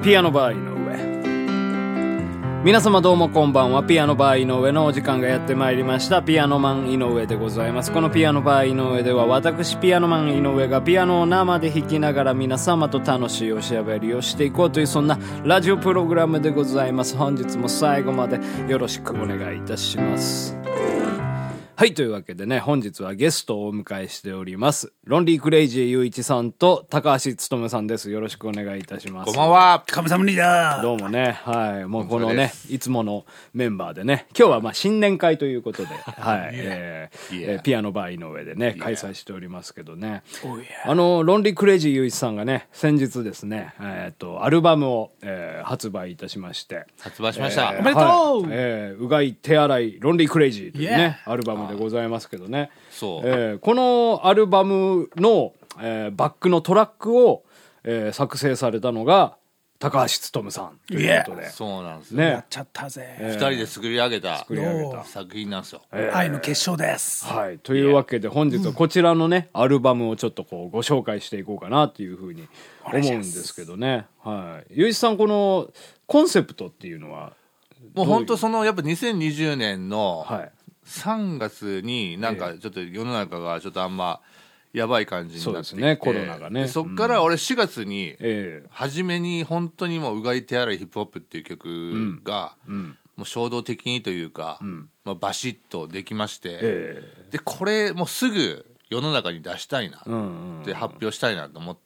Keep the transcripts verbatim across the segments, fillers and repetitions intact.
ピアノバー井上。皆様どうもこんばんは。ピアノバー井上のお時間がやってまいりました。ピアノマン井上でございます。このピアノバー井上では、私ピアノマン井上がピアノを生で弾きながら皆様と楽しいおしゃべりをしていこうという、そんなラジオプログラムでございます。本日も最後までよろしくお願いいたします。はい、というわけでね、本日はゲストをお迎えしております。ロンリークレイジーゆういちさんと高橋勉さんです。よろしくお願いいたします。 こんばんは。 神様リーダー。 どうもね、はい、もうこのね、いつものメンバーでね、今日はまあ新年会ということで、はい、えーえー、ピアノバー井上でね、開催しておりますけどね。あの、ロンリークレイジーゆういちさんがね、先日ですね、えっと、アルバムを、えー、発売いたしまして、 発売しました。 おめでとう、 はい、えー、うがい手洗いロンリークレイジーというね、アルバムでございますけどね。 そう、 えー、このアルバムの、えー、バックのトラックを、えー、作成されたのが高橋勉さんということで、 そうなんですよ、 ね、 やっちゃったぜ、 えー、ふたりで作り上げた作り上げた作品なんですよ、 えー、愛の結晶です。 はい、というわけで本日はこちらのね、うん、アルバムをちょっとこうご紹介していこうかなというふうに思うんですけどね。はい、ゆういちさん、このコンセプトっていうのはもう本当そのやっぱにせんにじゅうねんの、はい、さんがつになんかちょっと世の中がちょっとあんまやばい感じになってきて、そうですね、 コロナがね。 そっから俺しがつに初めに本当にもううがい手洗いヒップホップっていう曲がもう衝動的にというか、まあバシッとできまして、でこれもうすぐ世の中に出したいなって発表したいなと思って、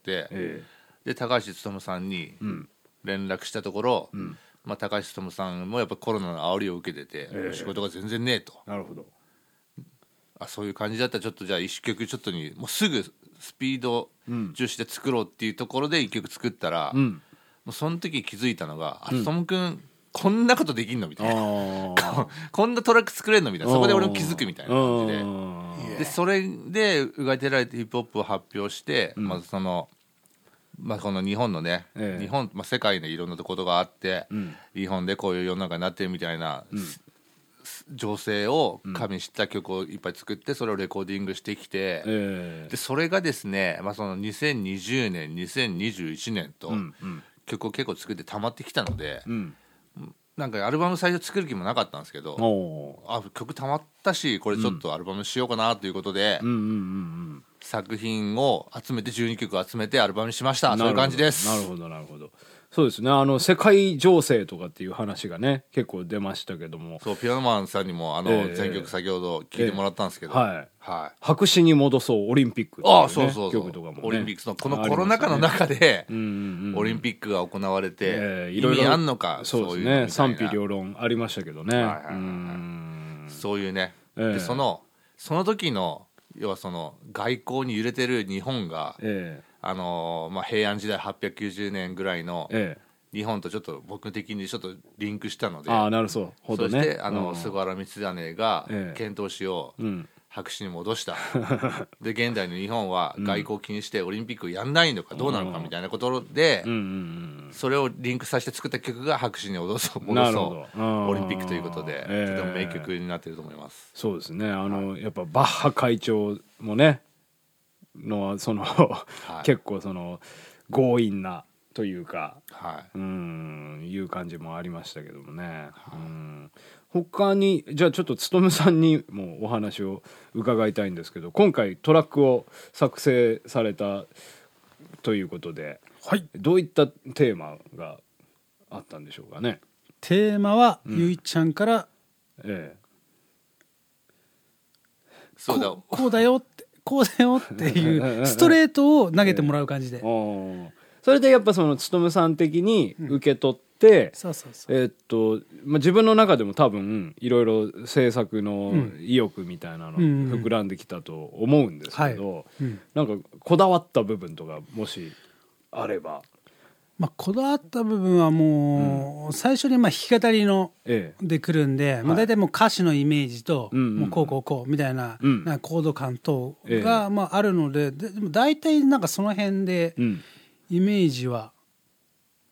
で高橋勉さんに連絡したところ、まあ、高橋勉さんもやっぱコロナの煽りを受けてて、えー、仕事が全然ねえと。 なるほど。 あ、そういう感じだったらちょっとじゃあ一曲ちょっとにもうすぐスピード重視で作ろうっていうところで一曲作ったら、うん、もうその時気づいたのが、うん、あ、トム君こんなことできんのみたいなこんなトラック作れんのみたいな、そこで俺も気づくみたいな感じで、でそれでうがい手洗いヒップホップを発表して、うん、まずそのまあ、この日本のね、ええ、日本、まあ、世界でいろんなことがあって、うん、日本でこういう世の中になってるみたいな、うん、情勢を加味した曲をいっぱい作ってそれをレコーディングしてきて、ええ、でそれがですね、まあ、そのにせんにじゅうねんにせんにじゅういちねんと曲を結構作って溜まってきたので、うん、なんかアルバム最初作る気もなかったんですけど、あ、曲溜まったしこれちょっとアルバムしようかなということで、うんうんうんうん、作品を集めてじゅうにきょく集めてアルバムにしました。そういう感じです。 なるほどなるほど。そうですね、あの世界情勢とかっていう話がね結構出ましたけども、 そうピアノマンさんにもあの、えー、全曲先ほど聴いてもらったんですけど、えー、はいはい、白紙に戻そうオリンピックっていう、ね、あ、そうそうそう、曲とかも、ね、 オリンピックのこのコロナ禍の中で、ね、オリンピックが行われて、えー、意味あんのか、 そうですね、賛否両論ありましたけどね、はいはいはいはい、 うん、そういうね、えー、でそのその時の要はその外交に揺れてる日本が、えーあのーまあ、平安時代はっぴゃくきゅうじゅうねんぐらいの日本とちょっと僕的にちょっとリンクしたので、 あ、なるほど、ね、 そしてあの、うん、菅原道真が遣唐使を白紙に戻した、うん、で現代の日本は外交を気にしてオリンピックをやんないのかどうなのかみたいなことで、うん、それをリンクさせて作った曲が白紙に戻そう戻そうオリンピックということで、えー、とても名曲になっていると思います。 そうですね、あの、はい、やっぱバッハ会長もねのその、はい、結構その強引なというか、はい、うんいう感じもありましたけどもね、はい、うん他にじゃあちょっと勉さんにもお話を伺いたいんですけど、今回トラックを作成されたということで、はい、どういったテーマがあったんでしょうかね。 テーマは、うん、ゆいちゃんから、ええ、 そうだこ, こうだよってこうだよっていうストレートを投げてもらう感じで、ええ、それでやっぱその勉さん的に受け取って、うん、そうそうそう、えーっとまあ、自分の中でも多分いろいろ制作の意欲みたいなの膨らんできたと思うんですけど、うんうんはいうん、なんかこだわった部分とかもしあれば。 まあ、こだわった部分はもう、うん、最初にまあ弾き語りの、ええ、でくるんで、はい、まあ、大体もう歌詞のイメージと、うんうん、もうこうこうこうみたいな、うん、なんかコード感等が、まあ、あるので、ででも大体なんかその辺でイメージは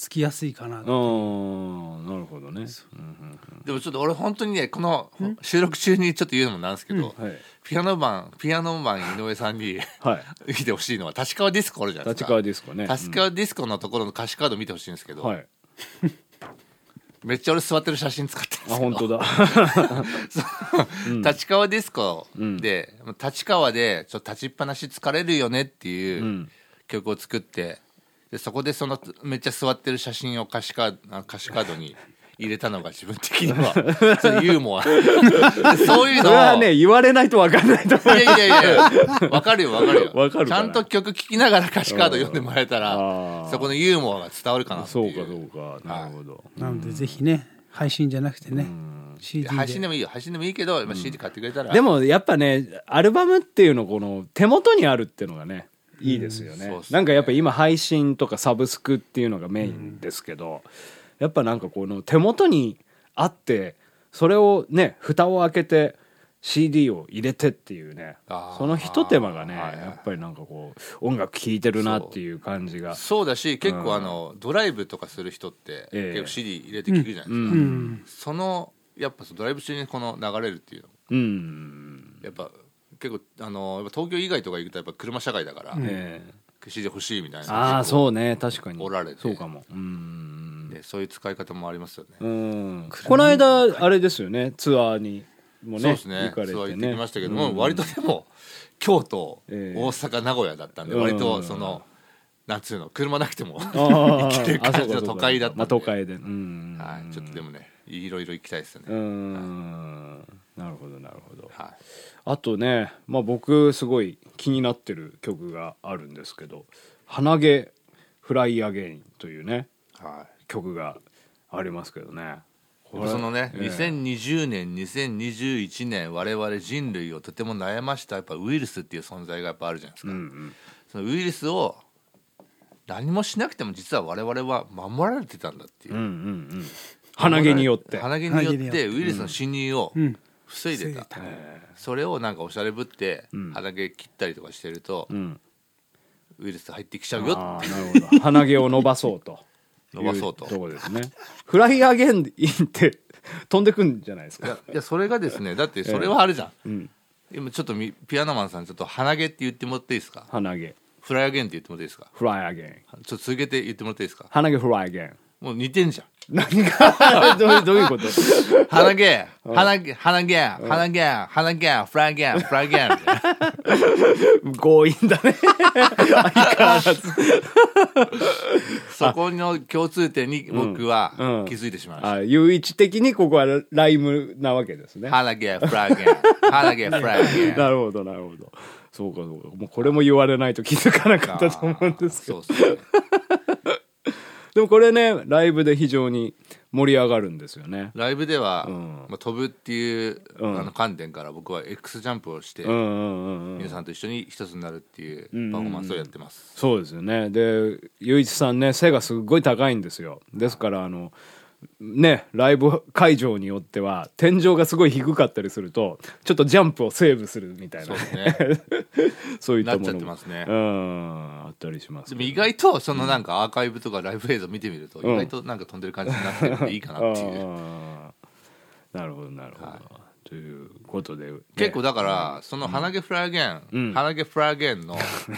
つきやすいかな。 ああ、なるほどね。 でもちょっと俺本当にねこの収録中にちょっと言うのもなんですけど、うん、はい、ピアノマンピアノマン井上さんに、はい、見てほしいのは立川ディスコあるじゃないですか。 立川ディスコね。 立川ディスコのところの歌詞カード見てほしいんですけど、はい、めっちゃ俺座ってる写真使ってるんですけど。あ、本当だ。うん、立川ディスコで、うん、立川でちょっと立ちっぱなし疲れるよねっていう曲を作って、でそこでそのめっちゃ座ってる写真を歌詞カード、歌詞カードに入れたのが自分的にはそのユーモアそういうのをそれはね言われないと分かんないと思う。 いやいやいや分かるよ分かるよ。分かるちゃんと曲聴きながら歌詞カード読んでもらえたらそこのユーモアが伝わるかなっていう。 そうかそうか、なるほど。 なのでぜひね配信じゃなくてね、シーディー で配信でもいいよ配信でもいいけど、うん、シーディー 買ってくれたら。 でもやっぱねアルバムっていうのこの手元にあるっていうのがねいいですよね。うん、なんかやっぱ今配信とかサブスクっていうのがメインですけど、うん、やっぱなんかこの手元にあってそれをね蓋を開けて シーディー を入れてっていうねそのひと手間がね、はいはい、やっぱりなんかこう音楽聴いてるなっていう感じがそう、そうだし結構あの、うん、ドライブとかする人って、えー、結構 シーディー 入れて聴くじゃないですか、うんうん、そのやっぱドライブ中にこの流れるっていうの、うん、やっぱ結構あの東京以外とか行くとやっぱ車社会だから、うん、シーディー 欲しいみたいな。 ああそうね確かにおられてそうかも。うんでそういう使い方もありますよね。 うんこの間あれですよねツアーにもねそうですね行かれてねツアー行ってきましたけども、うん、割とでも京都、えー、大阪名古屋だったんで割とその、うん、なんつうの車なくても行けてる感じの都会だったんで、まあ、 都会で、うん、 はい、ちょっとでもねいろいろ行きたいですよね。 うん、はい、なるほどなるほど、はい、あとね、まあ、僕すごい気になってる曲があるんですけど鼻毛フライアゲインというね、はい、曲がありますけどね。 そのね、えー、にせんにじゅうねんにせんにじゅういちねん我々人類をとても悩ましたやっぱウイルスっていう存在がやっぱあるじゃないですか、うんうん、そのウイルスを何もしなくても実は我々は守られてたんだっていう、うんうんうん、 鼻毛によって鼻毛によってウイルスの侵入を防いでた、うんうん、それをなんかおしゃれぶって、うん、鼻毛切ったりとかしてると、うん、ウイルス入ってきちゃうよって。 なるほど鼻毛を伸ばそうと伸ばそうととこですね。フライアゲインって飛んでくんじゃないですか。 いや、いやそれがですねだってそれはあるじゃん、えーうん、今ちょっとピアノマンさんちょっと鼻毛って言ってもらっていいですか。 鼻毛フライアゲインって言ってもらっていいですか。 フライアゲインちょっと続けて言ってもらっていいですか。 鼻毛フライアゲインもう似てんじゃん。 何がどういうどういうこと鼻毛鼻毛鼻毛鼻毛鼻毛フライゲンフライゲン強引だね相変わらずそこの共通点に僕は気づいてしまいました、うんうん、 あ唯一的にここはライムなわけですね。 鼻毛フライゲン鼻毛フライゲンなるほどなるほどそうかそうかもうこれも言われないと気づかなかったと思うんですけどそうですねでもこれねライブで非常に盛り上がるんですよね。 ライブでは、うんまあ、飛ぶっていう、うん、あの観点から僕は X ジャンプをして、うんうんうんうん、皆さんと一緒に一つになるっていうパフォーマンスをやってます、 うんうんうん、そうですよね。でゆういちさんね背がすごい高いんですよ。ですからあのねライブ会場によっては天井がすごい低かったりするとちょっとジャンプをセーブするみたいな そうですねそういったものもなっちゃってますね。うんあったりします、 ね、でも意外とそのなんかアーカイブとかライブ映像見てみると、意外となんか飛んでる感じになってるんでいいかなっていう、うん、 なるほどなるほど、はい、ということで、ね、 結構だから、うん、その鼻毛フライゲン、うん、鼻毛フライゲンの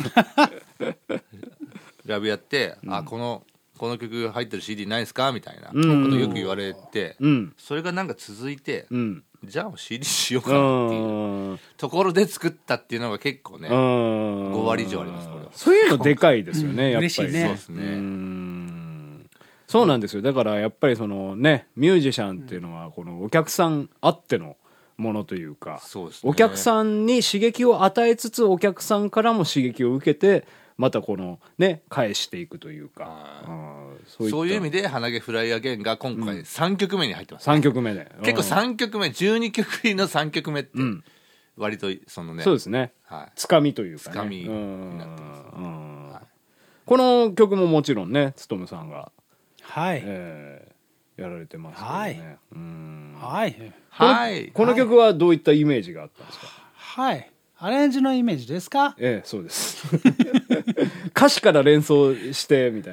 ライブやって、うん、あこのこの曲入ってる シーディー ないですかみたいなことをよく言われて、うん、それがなんか続いて、うん、じゃあ シーディー しようかなっていうところで作ったっていうのが結構ねご割以上あります。これはそういうのでかいですよね、うん、やっぱり嬉しいね。 そうですね。 うんそうなんですよ。だからやっぱりそのねミュージシャンっていうのはこのお客さんあってのものというか、そうですね、お客さんに刺激を与えつつお客さんからも刺激を受けてまたこのね返していくというか、 あそういったそういう意味で鼻毛フライアゲインが今回さんきょくめに入ってます、ね、 さんきょくめで結構さんきょくめじゅうにきょく入りのさんきょくめって割とそのね、 そうですね、はい、つかみというかね、 つかみになってます、 はい、この曲ももちろんねつとむさんがはい、 えー、やられてますけどね、 はい、 うんはいはい、この曲はどういったイメージがあったんですか。 はい、アレンジのイメージですか。 ええそうです歌詞から連想してみたいな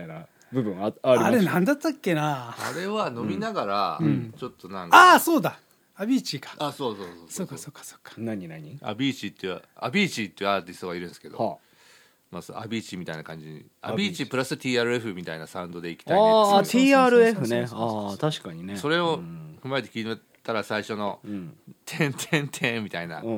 部分 あ, ありました。 あれなんだったっけな。 あれは飲みながら、うん、ちょっとなんか、ああそうだアビーチか。 あそうそうそうそうかそうかそうか。 何何アビーチっていうアビーチっていうアーティストがいるんですけど、はあ、まあ、アビーチみたいな感じにアビーチプラス ティーアールエフ みたいなサウンドでいきたいね。 ああ ティーアールエフ ね。ああ確かにね。 それを踏まえて聞いたら最初の「てんてんてん」みたいな、うん、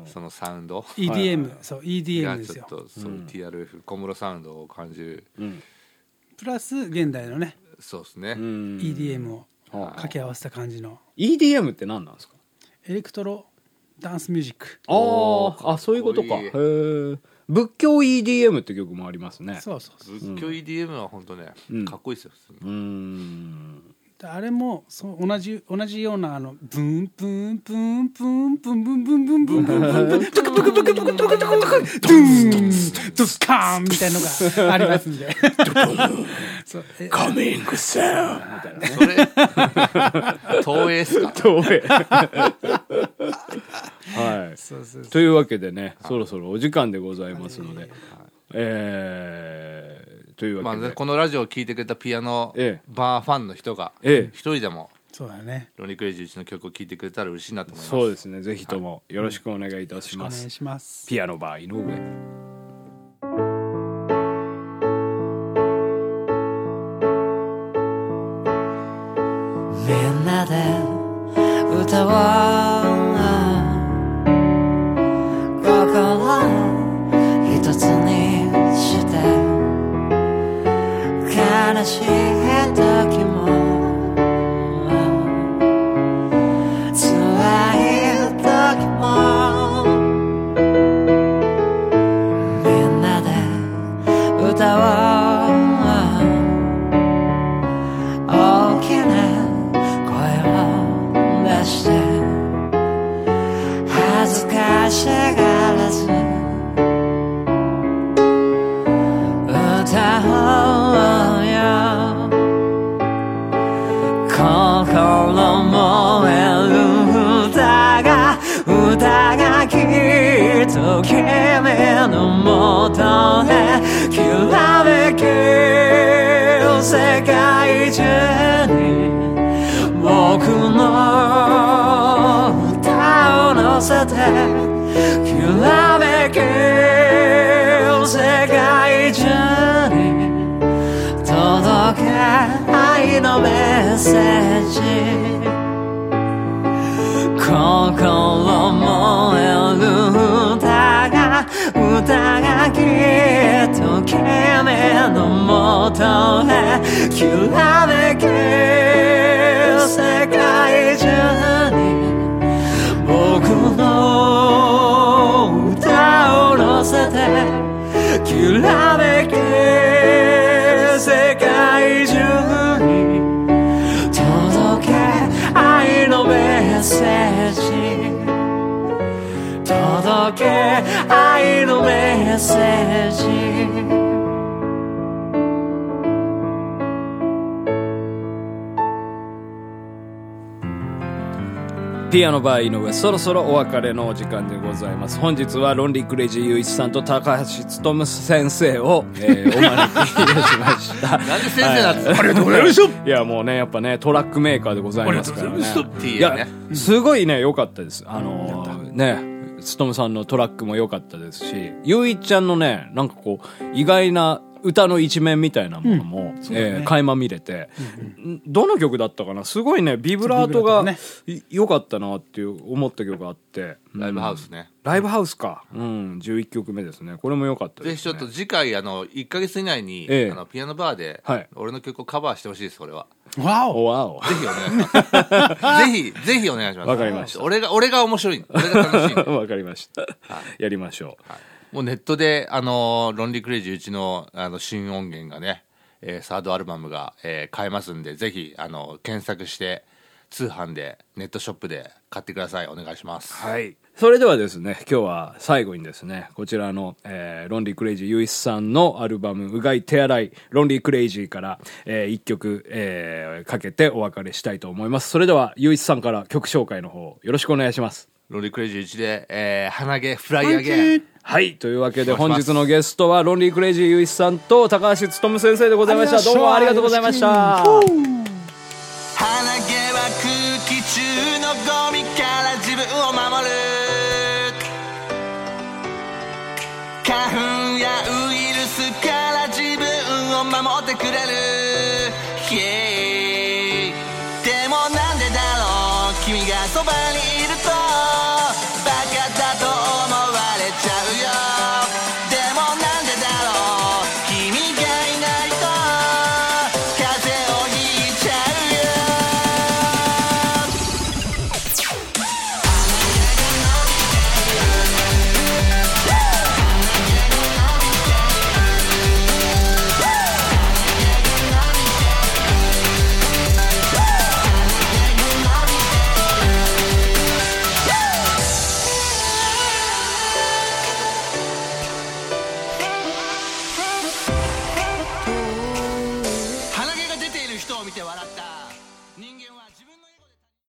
そのサウンドイーディーエム、はい、そう イーディーエム ですよ。 ちょっとそう、うん、ティーアールエフ 小室サウンドを感じる、うん、 プラス現代のねそうですね イーディーエム を掛け合わせた感じの。 イーディーエム って何なんですか？ エレクトロダンスミュージック。 ああそういうことか。へえ。仏教 イーディーエム って曲もありますね。 そうそうそう。 仏教 イーディーエム は本当ね、うん、かっこいいですよ。 うーん。 あれもそう同じ同じようなあのブンブンブンブンブンブンブンブンブンブンブンブンブクブクブクブクブクブクブクドゥーンドゥカーンみたいのがありますんで。 カミングサウンみたいな。 それ東映っすか？ 東映。はい。そうそうそう。というわけでね、そろそろお時間でございますので、えー。というわけで、 まあ、このラジオを聴いてくれたピアノバーファンの人が一人でもそうだねロンリークレイジーいちの曲を聴いてくれたら嬉しいなと思います。 そうですね、ぜひともよろしくお願いいたします、 はい、お願いします。 ピアノバー井上。 みんなで歌おう、心一つにして悲しい時も辛い時もみんなで歌おう、大きな声を出して恥ずかしがらず歌おうよ、心燃える歌が歌がきっと君のもとへきらめく世界中に僕の歌を乗せてきらめく世界中に届け愛のメッセージ、心燃える歌が歌がきっと君のもとへきらめく世界中に僕の歌を乗せてきらめく世界中に届け愛のメッセージ、届け愛のメッセージ。 ピアノバー井上、そろそろお別れのお時間でございます。本日はロンリークレイジー雄一さんと高橋勉先生を、えー、お招きいたしました。 なんで先生なんですか？ ありがとうございました。いやもうね、やっぱねトラックメーカーでございますからね。いやすごいね良かったです。あのー、ね勉さんのトラックも良かったですし、雄一ちゃんのねなんかこう意外な歌の一面みたいなものも、うんねえー、垣間見れて、うんうん、どの曲だったかな、すごいねビブラートが良かったなっていう思った曲があって、 ライブハウスね、 うん、ライブハウスか、うん、じゅういっきょくめですね。これも良かったですね。 ぜひちょっと次回あのいっかげつ以内に、ええ、あのピアノバーで、はい、俺の曲をカバーしてほしいです。これはわおわおぜひお願いしますぜひぜひお願いします。 わかりました。 俺が俺が面白い、俺が楽しいわかりました、はい、やりましょう、はい。 もうネットで、あのー、ロンリークレイジーうちの、あの新音源がね、えー、サードアルバムが、えー、買えますんで、ぜひ、あの検索して通販でネットショップで買ってください。お願いします。 はい。それではですね、今日は最後にですね、こちらの、えー、ロンリークレイジー雄一さんのアルバムうがい手洗いロンリークレイジーから、えー、いっきょく、えー、かけてお別れしたいと思います。それでは雄一さんから曲紹介の方よろしくお願いします。 ロンリークレイジーいちで、えー、鼻毛フライアゲン。 はい、というわけで本日のゲストはロンリークレイジーゆいさんと高橋勉先生でございました。どうもありがとうございました。 鼻毛は空気中のゴミから自分を守る、花粉やウイルスから自分を守ってくれる、yeah、でもなんでだろう君がそばに